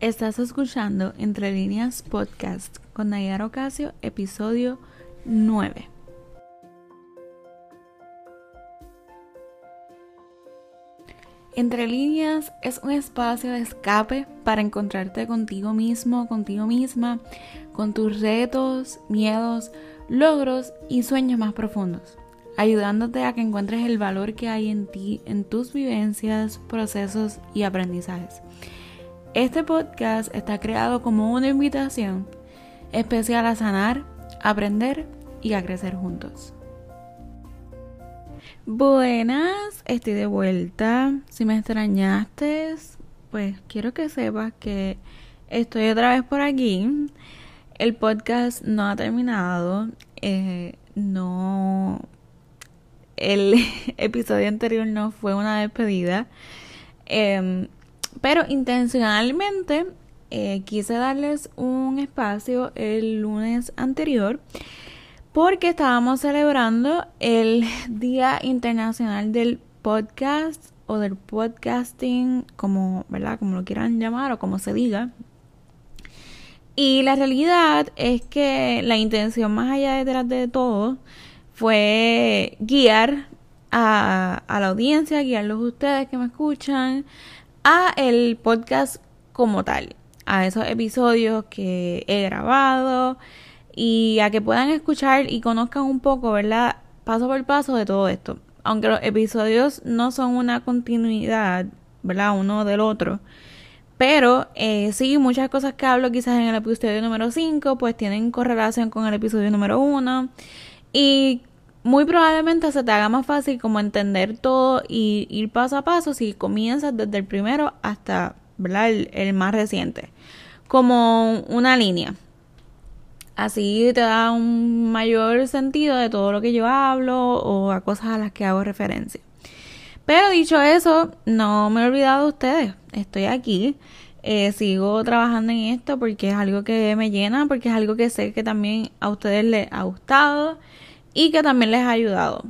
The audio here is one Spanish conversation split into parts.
Estás escuchando Entre Líneas Podcast con Nayara Ocasio, episodio 9. Entre Líneas es un espacio de escape para encontrarte contigo mismo, contigo misma, con tus retos, miedos, logros y sueños más profundos, ayudándote a que encuentres el valor que hay en ti, en tus vivencias, procesos y aprendizajes. Este podcast está creado como una invitación especial a sanar, a aprender y a crecer juntos. Buenas, estoy de vuelta. Si me extrañaste, pues quiero que sepas que estoy otra vez por aquí. El podcast no ha terminado. El episodio anterior no fue una despedida. Pero intencionalmente quise darles un espacio el lunes anterior porque estábamos celebrando el Día Internacional del Podcast o del podcasting, como lo quieran llamar o como se diga. Y la realidad es que la intención más allá detrás de todo fue guiar a la audiencia, guiarlos a ustedes que me escuchan a el podcast como tal, a esos episodios que he grabado y a que puedan escuchar y conozcan un poco, ¿verdad? Paso por paso de todo esto. Aunque los episodios no son una continuidad, ¿verdad? Uno del otro. Pero sí, muchas cosas que hablo quizás en el episodio número 5 pues tienen correlación con el episodio número 1. Y muy probablemente se te haga más fácil como entender todo y ir paso a paso si comienzas desde el primero hasta, ¿verdad? el más reciente. Como una línea. Así te da un mayor sentido de todo lo que yo hablo o a cosas a las que hago referencia. Pero dicho eso, no me he olvidado de ustedes. Estoy aquí. Sigo trabajando en esto porque es algo que me llena, porque es algo que sé que también a ustedes les ha gustado y que también les ha ayudado.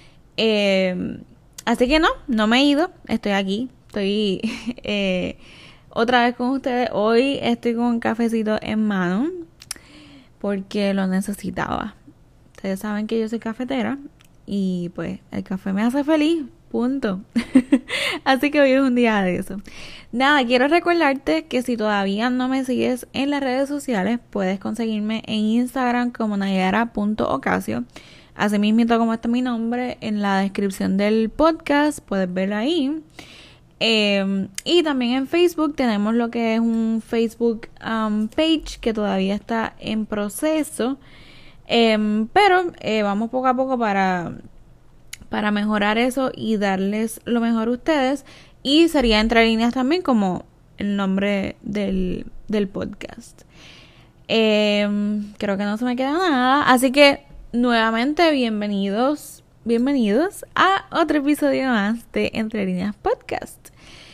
Así que no me he ido. Estoy aquí. Estoy otra vez con ustedes. Hoy estoy con un cafecito en mano porque lo necesitaba. Ustedes saben que yo soy cafetera y pues el café me hace feliz. Punto. Así que hoy es un día de eso. Nada, quiero recordarte que si todavía no me sigues en las redes sociales, puedes conseguirme en Instagram como nayara.ocasio. Así mismo como está mi nombre en la descripción del podcast, puedes verlo ahí. Y también en Facebook tenemos lo que es un Facebook page que todavía está en proceso. Pero vamos poco a poco para mejorar eso y darles lo mejor a ustedes. Y sería Entre Líneas también como el nombre del podcast. Creo que no se me queda nada. Así que nuevamente bienvenidos a otro episodio más de Entre Líneas Podcast.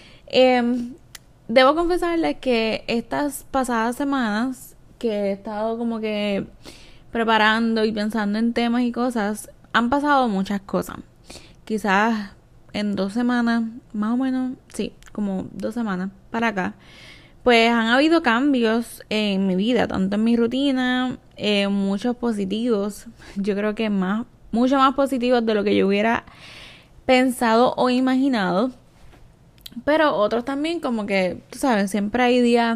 Debo confesarles que estas pasadas semanas que he estado como que preparando y pensando en temas y cosas, han pasado muchas cosas. Quizás en 2 semanas, más o menos, sí, como 2 semanas para acá, pues han habido cambios en mi vida, tanto en mi rutina, muchos positivos. Yo creo que mucho más positivos de lo que yo hubiera pensado o imaginado. Pero otros también como que, tú sabes, siempre hay días,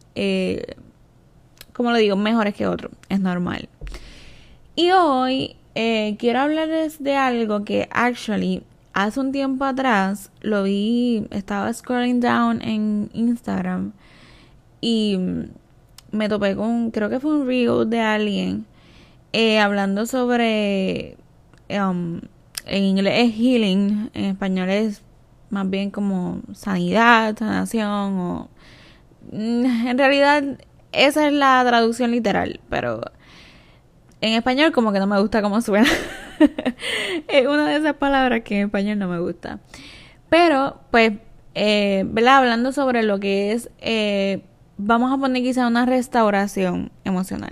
como lo digo, mejores que otros. Es normal. Y hoy quiero hablarles de algo que actually hace un tiempo atrás lo vi, estaba scrolling down en Instagram y me topé con, creo que fue un reel de alguien hablando sobre, en inglés es healing, en español es más bien como sanidad, sanación o en realidad esa es la traducción literal, pero en español como que no me gusta cómo suena. Es una de esas palabras que en español no me gusta. Pero, pues, ¿verdad? Hablando sobre lo que es, vamos a poner quizá una restauración emocional.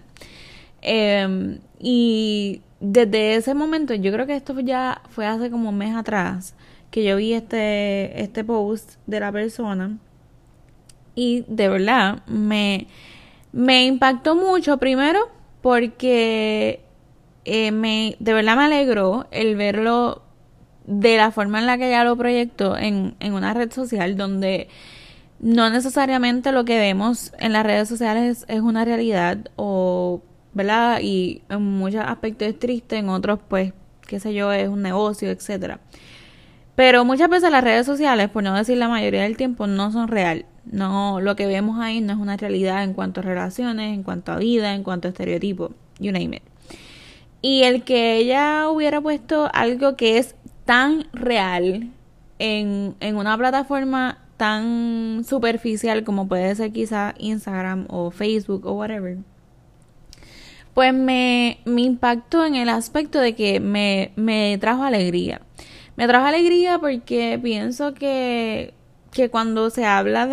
Y desde ese momento, yo creo que esto ya fue hace como un mes atrás, que yo vi este post de la persona. Y de verdad, me impactó mucho, primero, porque de verdad me alegró el verlo de la forma en la que ella lo proyectó en una red social donde no necesariamente lo que vemos en las redes sociales es una realidad o, ¿verdad? Y en muchos aspectos es triste, en otros pues, qué sé yo, es un negocio, etcétera. Pero muchas veces las redes sociales, por no decir la mayoría del tiempo, no son real. No, lo que vemos ahí no es una realidad en cuanto a relaciones, en cuanto a vida, en cuanto a estereotipos, you name it. Y el que ella hubiera puesto algo que es tan real en una plataforma tan superficial como puede ser quizá Instagram o Facebook o whatever, pues me impactó en el aspecto de que me trajo alegría. Me trajo alegría porque pienso que cuando se habla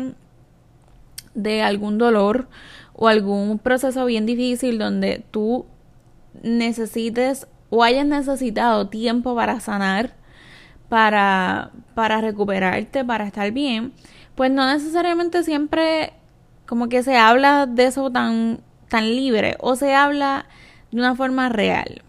de algún dolor o algún proceso bien difícil donde tú necesites o hayas necesitado tiempo para sanar, para recuperarte, para estar bien, pues no necesariamente siempre como que se habla de eso tan libre o se habla de una forma real.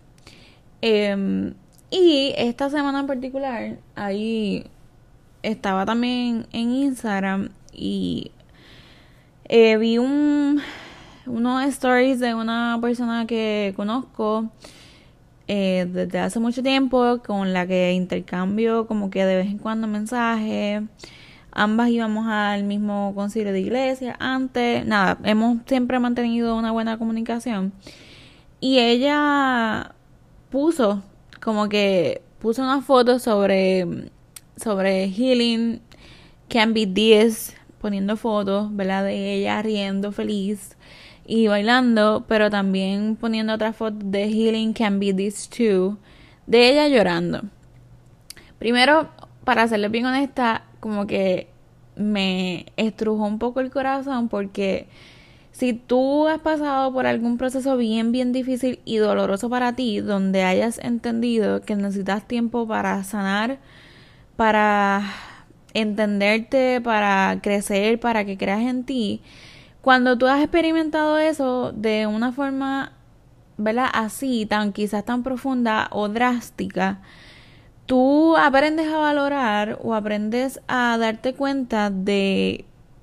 Y esta semana en particular, ahí estaba también en Instagram y vi unos stories de una persona que conozco desde hace mucho tiempo, con la que intercambio como que de vez en cuando mensajes. Ambas íbamos al mismo concilio de iglesia antes. Nada, hemos siempre mantenido una buena comunicación. Y ella puso una foto sobre Healing Can Be This, poniendo fotos, ¿verdad? De ella riendo feliz y bailando, pero también poniendo otra foto de Healing Can Be This Too, de ella llorando. Primero, para serles bien honesta, como que me estrujó un poco el corazón porque si tú has pasado por algún proceso bien difícil y doloroso para ti, donde hayas entendido que necesitas tiempo para sanar, para entenderte, para crecer, para que creas en ti, cuando tú has experimentado eso de una forma, ¿verdad? Así, quizás tan profunda o drástica, tú aprendes a valorar o aprendes a darte cuenta de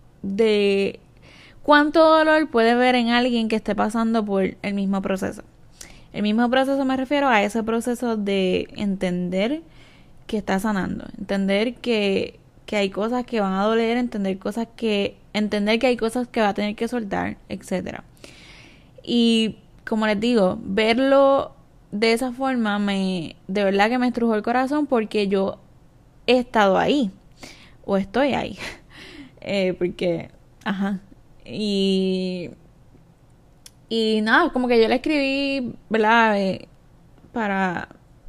cuánto dolor puede haber en alguien que esté pasando por el mismo proceso. El mismo proceso me refiero a ese proceso de entender que está sanando, entender que hay cosas que van a doler, entender que hay cosas que va a tener que soltar, etcétera. Y como les digo, verlo de esa forma de verdad que me estrujó el corazón porque yo he estado ahí o estoy ahí. Porque, ajá. Y nada, como que yo le escribí, ¿verdad? Para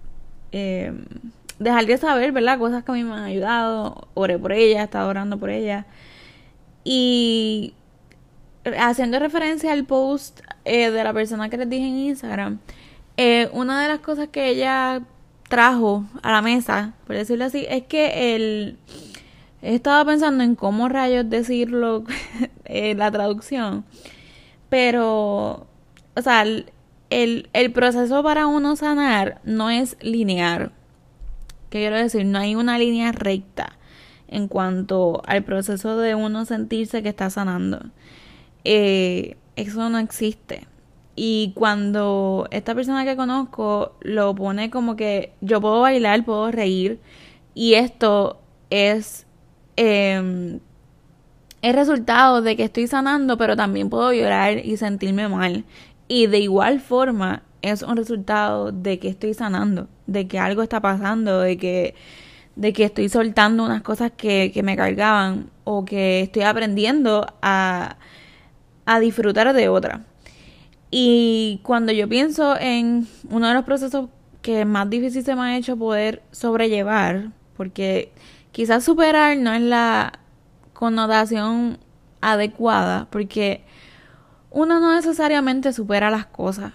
dejar de saber, ¿verdad? Cosas que a mí me han ayudado. Oré por ella, he estado orando por ella. Y haciendo referencia al post de la persona que les dije en Instagram, una de las cosas que ella trajo a la mesa, por decirlo así, es que he estado pensando en cómo rayos decirlo, la traducción, pero, o sea, el proceso para uno sanar no es lineal. ¿Qué quiero decir? No hay una línea recta en cuanto al proceso de uno sentirse que está sanando. Eso no existe. Y cuando esta persona que conozco lo pone como que yo puedo bailar, puedo reír, y esto es el resultado de que estoy sanando, pero también puedo llorar y sentirme mal. Y de igual forma es un resultado de que estoy sanando, de que algo está pasando, de que estoy soltando unas cosas que me cargaban o que estoy aprendiendo a disfrutar de otra. Y cuando yo pienso en uno de los procesos que más difícil se me ha hecho poder sobrellevar, porque quizás superar no es la connotación adecuada, porque uno no necesariamente supera las cosas.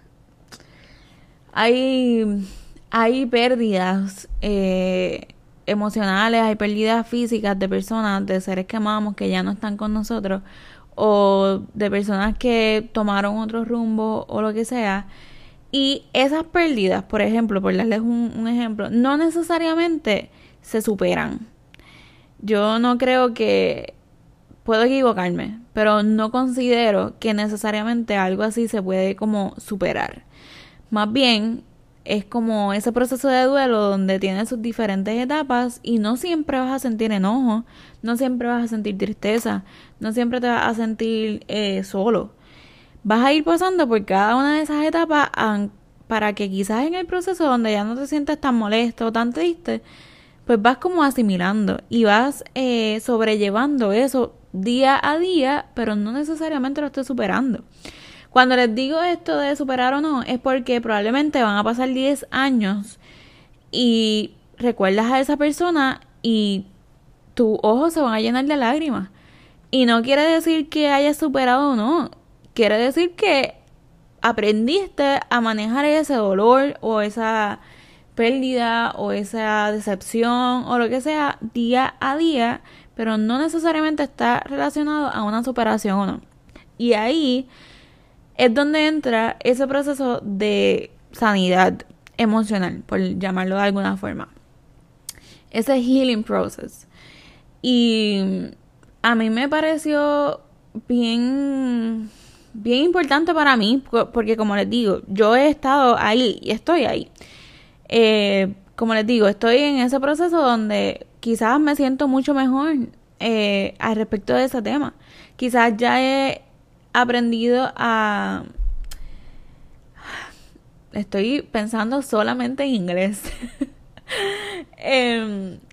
Hay pérdidas emocionales, hay pérdidas físicas de personas, de seres que amamos que ya no están con nosotros, o de personas que tomaron otro rumbo o lo que sea. Y esas pérdidas, por ejemplo, por darles un ejemplo, no necesariamente se superan. Yo no creo que, puedo equivocarme, pero no considero que necesariamente algo así se puede como superar. Más bien es como ese proceso de duelo donde tiene sus diferentes etapas y no siempre vas a sentir enojo, no siempre vas a sentir tristeza, no siempre te vas a sentir solo. Vas a ir pasando por cada una de esas etapas para que quizás en el proceso donde ya no te sientes tan molesto o tan triste, pues vas como asimilando y vas sobrellevando eso día a día, pero no necesariamente lo estés superando. Cuando les digo esto de superar o no, es porque probablemente van a pasar 10 años y recuerdas a esa persona y tus ojos se van a llenar de lágrimas. Y no quiere decir que hayas superado o no. Quiere decir que aprendiste a manejar ese dolor o esa pérdida o esa decepción o lo que sea día a día, pero no necesariamente está relacionado a una superación o no. Y ahí es donde entra ese proceso de sanidad emocional, por llamarlo de alguna forma. Ese healing process. Y a mí me pareció bien importante para mí, porque como les digo, yo he estado ahí y estoy ahí. Como les digo, estoy en ese proceso donde quizás me siento mucho mejor al respecto de ese tema. Quizás ya he aprendido a... Estoy pensando solamente en inglés. En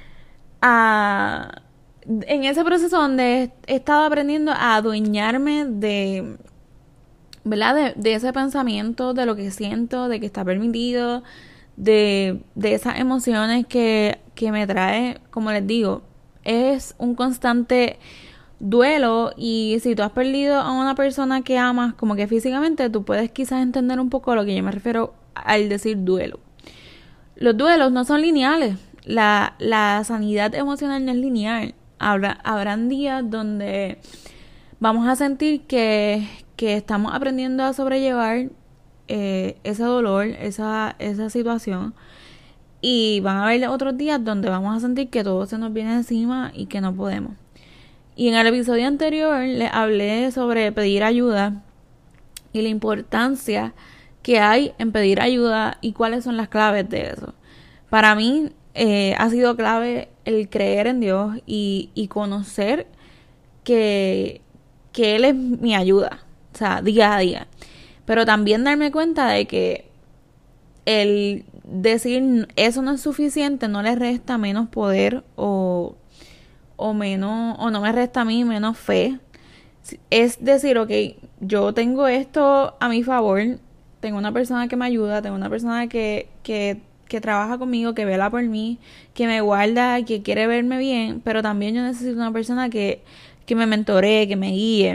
ese proceso donde he estado aprendiendo a adueñarme de, ¿verdad? De ese pensamiento, de lo que siento, de que está permitido, de esas emociones que me trae, como les digo, es un constante duelo. Y si tú has perdido a una persona que amas como que físicamente, tú puedes quizás entender un poco a lo que yo me refiero al decir duelo. Los duelos no son lineales. La sanidad emocional no es lineal. Habrán días donde vamos a sentir que estamos aprendiendo a sobrellevar ese dolor, esa situación. Y van a haber otros días donde vamos a sentir que todo se nos viene encima y que no podemos. Y en el episodio anterior les hablé sobre pedir ayuda y la importancia que hay en pedir ayuda y cuáles son las claves de eso. Para mí ha sido clave el creer en Dios y conocer que Él es mi ayuda, o sea, día a día. Pero también darme cuenta de que el decir eso no es suficiente no le resta menos poder o menos, o no me resta a mí menos fe. Es decir, ok, yo tengo esto a mi favor, tengo una persona que me ayuda, tengo una persona que trabaja conmigo, que vela por mí, que me guarda, que quiere verme bien, pero también yo necesito una persona que me mentoree, que me guíe.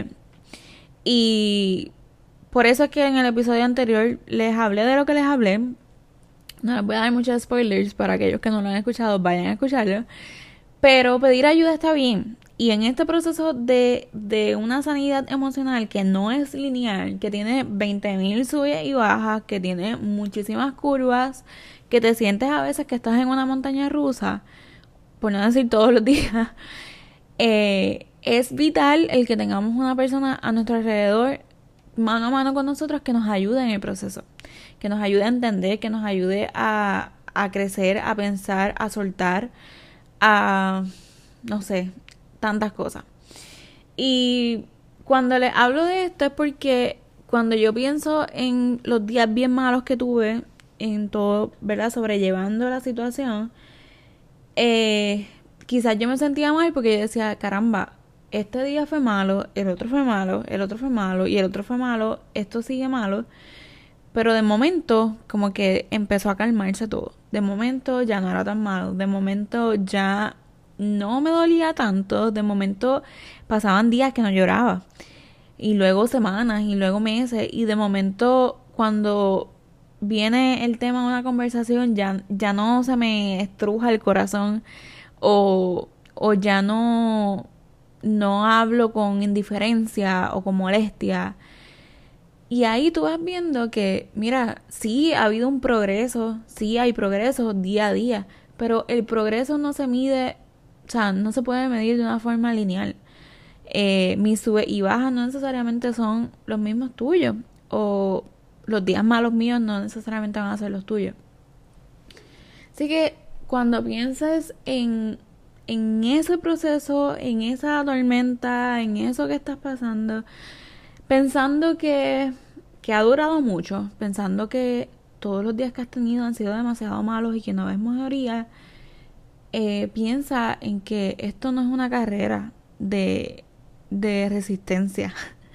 Y por eso es que en el episodio anterior les hablé de lo que les hablé. No les voy a dar muchos spoilers para aquellos que no lo han escuchado, vayan a escucharlo. Pero pedir ayuda está bien. Y en este proceso de una sanidad emocional que no es lineal, que tiene 20,000 subidas y bajas, que tiene muchísimas curvas, que te sientes a veces que estás en una montaña rusa, por no decir todos los días, es vital el que tengamos una persona a nuestro alrededor, mano a mano con nosotros, que nos ayude en el proceso, que nos ayude a entender, que nos ayude a crecer, a pensar, a soltar, a, no sé, tantas cosas. Y cuando les hablo de esto es porque cuando yo pienso en los días bien malos que tuve, en todo, ¿verdad? Sobrellevando la situación, quizás yo me sentía mal porque yo decía, caramba, este día fue malo, el otro fue malo, el otro fue malo y el otro fue malo, esto sigue malo. Pero de momento como que empezó a calmarse todo. De momento ya no era tan malo, de momento ya no me dolía tanto, de momento pasaban días que no lloraba, y luego semanas, y luego meses, y de momento cuando viene el tema de una conversación, ya no se me estruja el corazón o ya no hablo con indiferencia o con molestia. Y ahí tú vas viendo que, mira, sí ha habido un progreso, sí hay progreso día a día, pero el progreso no se mide, o sea, no se puede medir de una forma lineal. Mis sube y bajas no necesariamente son los mismos tuyos, o los días malos míos no necesariamente van a ser los tuyos. Así que cuando pienses en ese proceso, en esa tormenta, en eso que estás pasando, pensando que ha durado mucho, pensando que todos los días que has tenido han sido demasiado malos y que no ves mejoría, piensa en que esto no es una carrera de resistencia,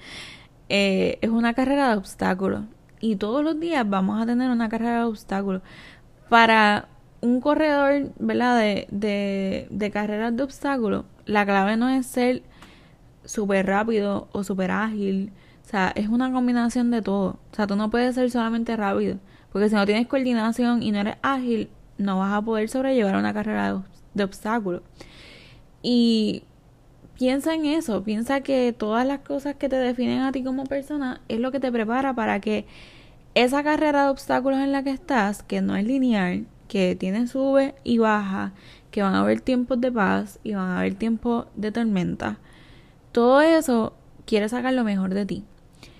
es una carrera de obstáculos y todos los días vamos a tener una carrera de obstáculos. Para un corredor, ¿verdad? De carreras de obstáculos, la clave no es ser súper rápido o súper ágil. O sea, es una combinación de todo. O sea, tú no puedes ser solamente rápido, porque si no tienes coordinación y no eres ágil, no vas a poder sobrellevar una carrera de obstáculos. Y piensa en eso, piensa que todas las cosas que te definen a ti como persona es lo que te prepara para que esa carrera de obstáculos en la que estás, que no es lineal, que tiene sube y baja, que van a haber tiempos de paz y van a haber tiempos de tormenta, todo eso quiere sacar lo mejor de ti.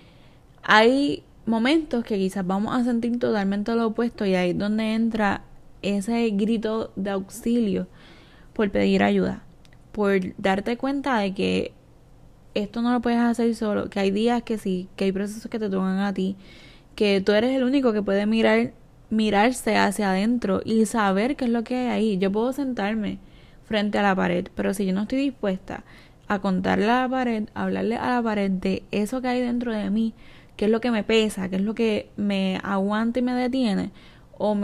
Hay momentos que quizás vamos a sentir totalmente lo opuesto y ahí es donde entra ese grito de auxilio por pedir ayuda, por darte cuenta de que esto no lo puedes hacer solo, que hay días que sí, que hay procesos que te tocan a ti, que tú eres el único que puede mirarse hacia adentro y saber qué es lo que hay ahí. Yo puedo sentarme frente a la pared, pero si yo no estoy dispuesta a contarle a la pared, a hablarle a la pared de eso que hay dentro de mí, qué es lo que me pesa, qué es lo que me aguanta y me detiene, o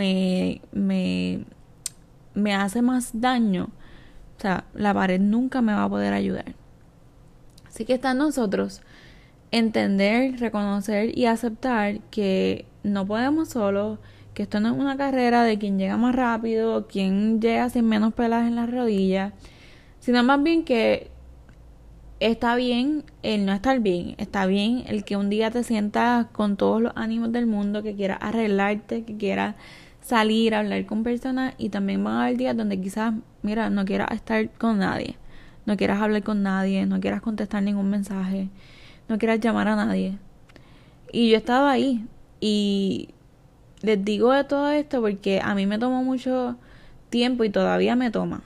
me hace más daño, o sea, la pared nunca me va a poder ayudar. Así que está en nosotros entender, reconocer y aceptar que no podemos solos, que esto no es una carrera de quien llega más rápido, quien llega sin menos pelas en las rodillas, sino más bien que está bien el no estar bien, está bien el que un día te sientas con todos los ánimos del mundo, que quieras arreglarte, que quieras salir a hablar con personas, y también van a haber días donde quizás, mira, no quieras estar con nadie, no quieras hablar con nadie, no quieras contestar ningún mensaje, no quieras llamar a nadie. Y yo estaba ahí y les digo de todo esto porque a mí me tomó mucho tiempo y todavía me toma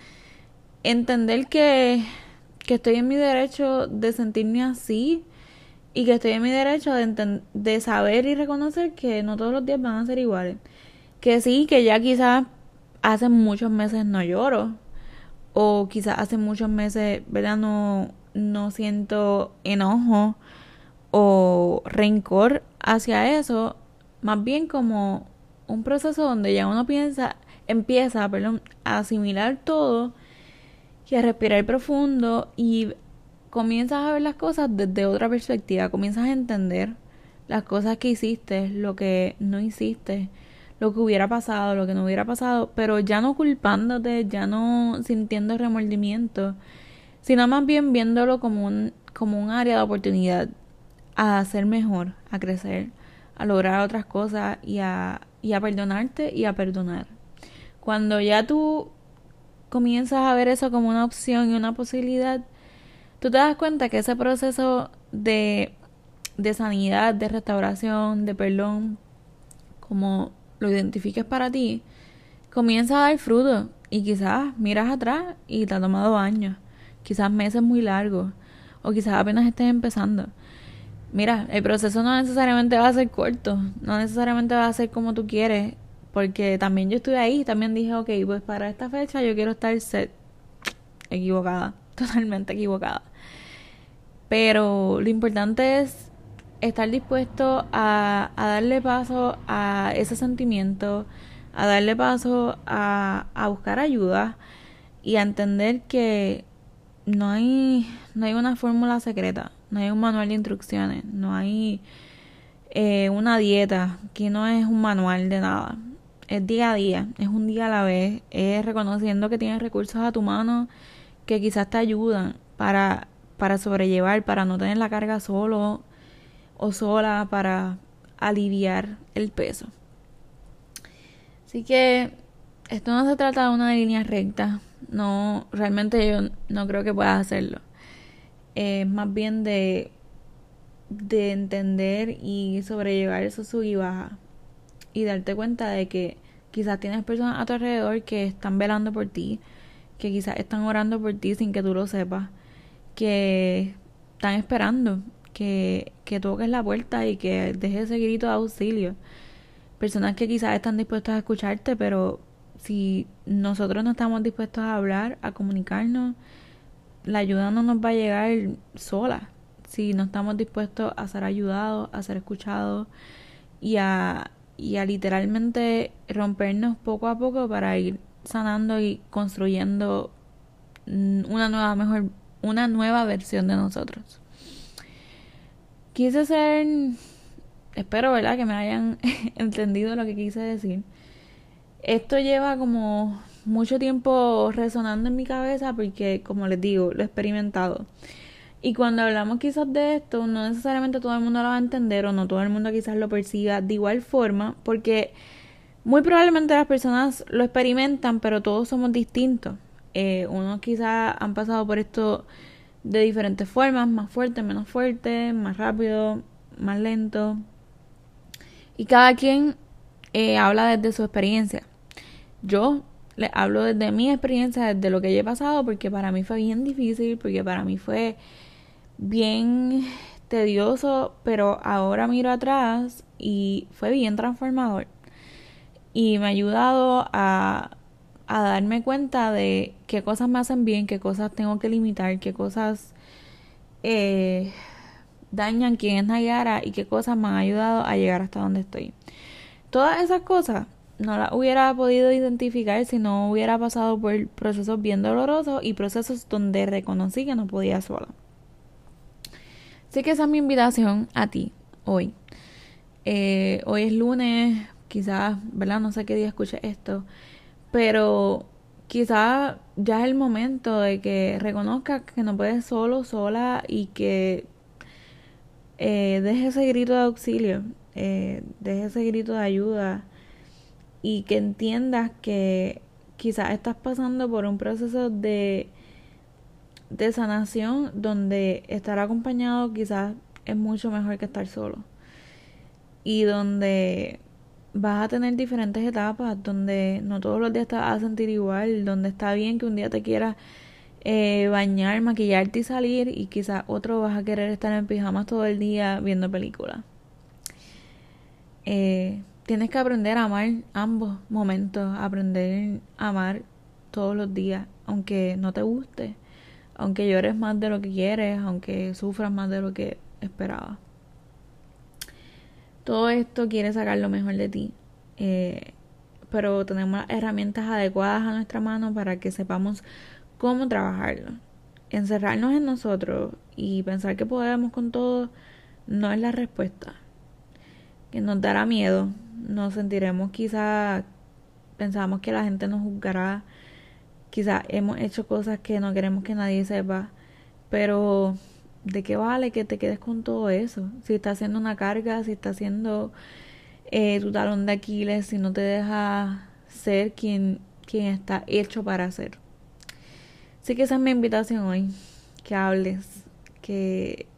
entender que estoy en mi derecho de sentirme así y que estoy en mi derecho de saber y reconocer que no todos los días van a ser iguales. Que sí, que ya quizás hace muchos meses no lloro, o quizás hace muchos meses, ¿verdad? No siento enojo o rencor hacia eso, más bien como un proceso donde ya uno empieza a asimilar todo y a respirar profundo y comienzas a ver las cosas desde otra perspectiva, comienzas a entender las cosas que hiciste, lo que no hiciste, lo que hubiera pasado, lo que no hubiera pasado, pero ya no culpándote, ya no sintiendo remordimiento, sino más bien viéndolo como un área de oportunidad a ser mejor, a crecer, a lograr otras cosas y a perdonarte y a perdonar. Cuando ya tú comienzas a ver eso como una opción y una posibilidad, tú te das cuenta que ese proceso de sanidad, de restauración, de perdón, como lo identifiques para ti, comienza a dar fruto y quizás miras atrás y te ha tomado años, quizás meses muy largos o quizás apenas estés empezando. Mira, el proceso no necesariamente va a ser corto, no necesariamente va a ser como tú quieres, porque también yo estuve ahí, también dije, ok, pues para esta fecha yo quiero estar set. Equivocada, totalmente equivocada. Pero lo importante es estar dispuesto a darle paso a ese sentimiento, a darle paso a buscar ayuda y a entender que no hay una fórmula secreta, no hay un manual de instrucciones, no hay una dieta, que no es un manual de nada. Es día a día, es un día a la vez, es reconociendo que tienes recursos a tu mano que quizás te ayudan para sobrellevar, para no tener la carga solo o sola, para aliviar el peso. Así que esto no se trata de una línea recta, no, realmente yo no creo que puedas hacerlo. Es más bien de entender y sobrellevar eso sub y baja y darte cuenta de que quizás tienes personas a tu alrededor que están velando por ti, que quizás están orando por ti sin que tú lo sepas, que están esperando que toques la puerta y que dejes ese grito de auxilio. Personas que quizás están dispuestas a escucharte, pero si nosotros no estamos dispuestos a hablar, a comunicarnos, la ayuda no nos va a llegar sola. Si no estamos dispuestos a ser ayudados, a ser escuchados y a literalmente rompernos poco a poco para ir sanando y construyendo una nueva versión de nosotros. Quise ser, espero, ¿verdad?, que me hayan entendido lo que quise decir. Esto lleva como mucho tiempo resonando en mi cabeza porque, como les digo, lo he experimentado. Y cuando hablamos quizás de esto, no necesariamente todo el mundo lo va a entender o no todo el mundo quizás lo persiga de igual forma, porque muy probablemente las personas lo experimentan, pero todos somos distintos. Unos quizás han pasado por esto de diferentes formas, más fuerte, menos fuerte, más rápido, más lento. Y cada quien habla desde su experiencia. Yo les hablo desde mi experiencia, desde lo que yo he pasado, porque para mí fue bien difícil, porque para mí fue bien tedioso, pero ahora miro atrás y fue bien transformador. Y me ha ayudado a darme cuenta de qué cosas me hacen bien, qué cosas tengo que limitar, qué cosas dañan quién es Nayara y qué cosas me han ayudado a llegar hasta donde estoy. Todas esas cosas no las hubiera podido identificar si no hubiera pasado por procesos bien dolorosos y procesos donde reconocí que no podía sola. Así que esa es mi invitación a ti hoy. Hoy es lunes, quizás, ¿verdad? No sé qué día escuches esto, pero quizás ya es el momento de que reconozcas que no puedes solo, sola y que dejes ese grito de auxilio, dejes ese grito de ayuda y que entiendas que quizás estás pasando por un proceso de sanación donde estar acompañado quizás es mucho mejor que estar solo y donde vas a tener diferentes etapas, donde no todos los días te vas a sentir igual, donde está bien que un día te quieras bañar, maquillarte y salir y quizás otro vas a querer estar en pijamas todo el día viendo películas. Tienes que aprender a amar ambos momentos, aprender a amar todos los días, aunque no te guste, aunque llores más de lo que quieres, aunque sufras más de lo que esperabas. Todo esto quiere sacar lo mejor de ti, pero tenemos las herramientas adecuadas a nuestra mano para que sepamos cómo trabajarlo. Encerrarnos en nosotros y pensar que podemos con todo no es la respuesta. Que nos dará miedo, nos sentiremos quizás, pensamos que la gente nos juzgará, quizás hemos hecho cosas que no queremos que nadie sepa, pero ¿de qué vale que te quedes con todo eso? Si está haciendo una carga, si está haciendo tu talón de Aquiles, si no te deja ser quien está hecho para ser. Así que esa es mi invitación hoy, que hables, que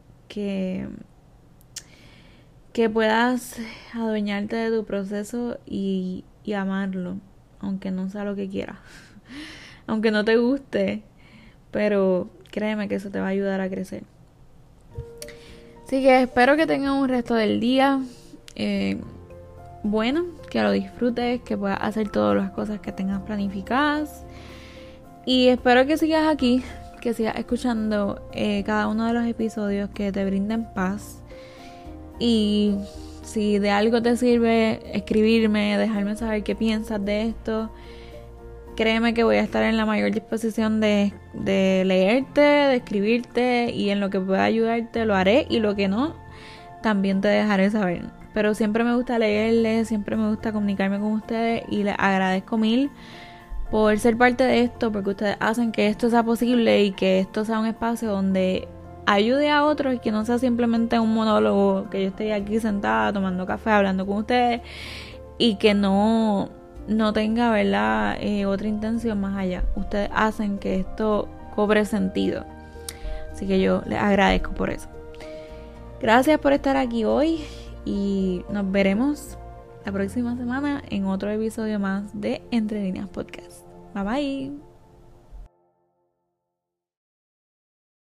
puedas adueñarte de tu proceso y amarlo, aunque no sea lo que quieras, aunque no te guste, pero créeme que eso te va a ayudar a crecer. Así que espero que tengan un resto del día bueno, que lo disfrutes, que puedas hacer todas las cosas que tengas planificadas y espero que sigas aquí, que sigas escuchando cada uno de los episodios que te brinden paz. Y si de algo te sirve escribirme, dejarme saber qué piensas de esto, créeme que voy a estar en la mayor disposición de leerte, de escribirte y en lo que pueda ayudarte lo haré y lo que no, también te dejaré saber. pero siempre me gusta leerles, siempre me gusta comunicarme con ustedes y les agradezco mil por ser parte de esto, porque ustedes hacen que esto sea posible y que esto sea un espacio donde ayude a otros y que no sea simplemente un monólogo, que yo esté aquí sentada tomando café, hablando con ustedes y que no tenga, ¿verdad?, otra intención más allá. Ustedes hacen que esto cobre sentido, así que yo les agradezco por eso. Gracias por estar aquí hoy y nos veremos la próxima semana en otro episodio más de Entre Líneas Podcast. Bye bye.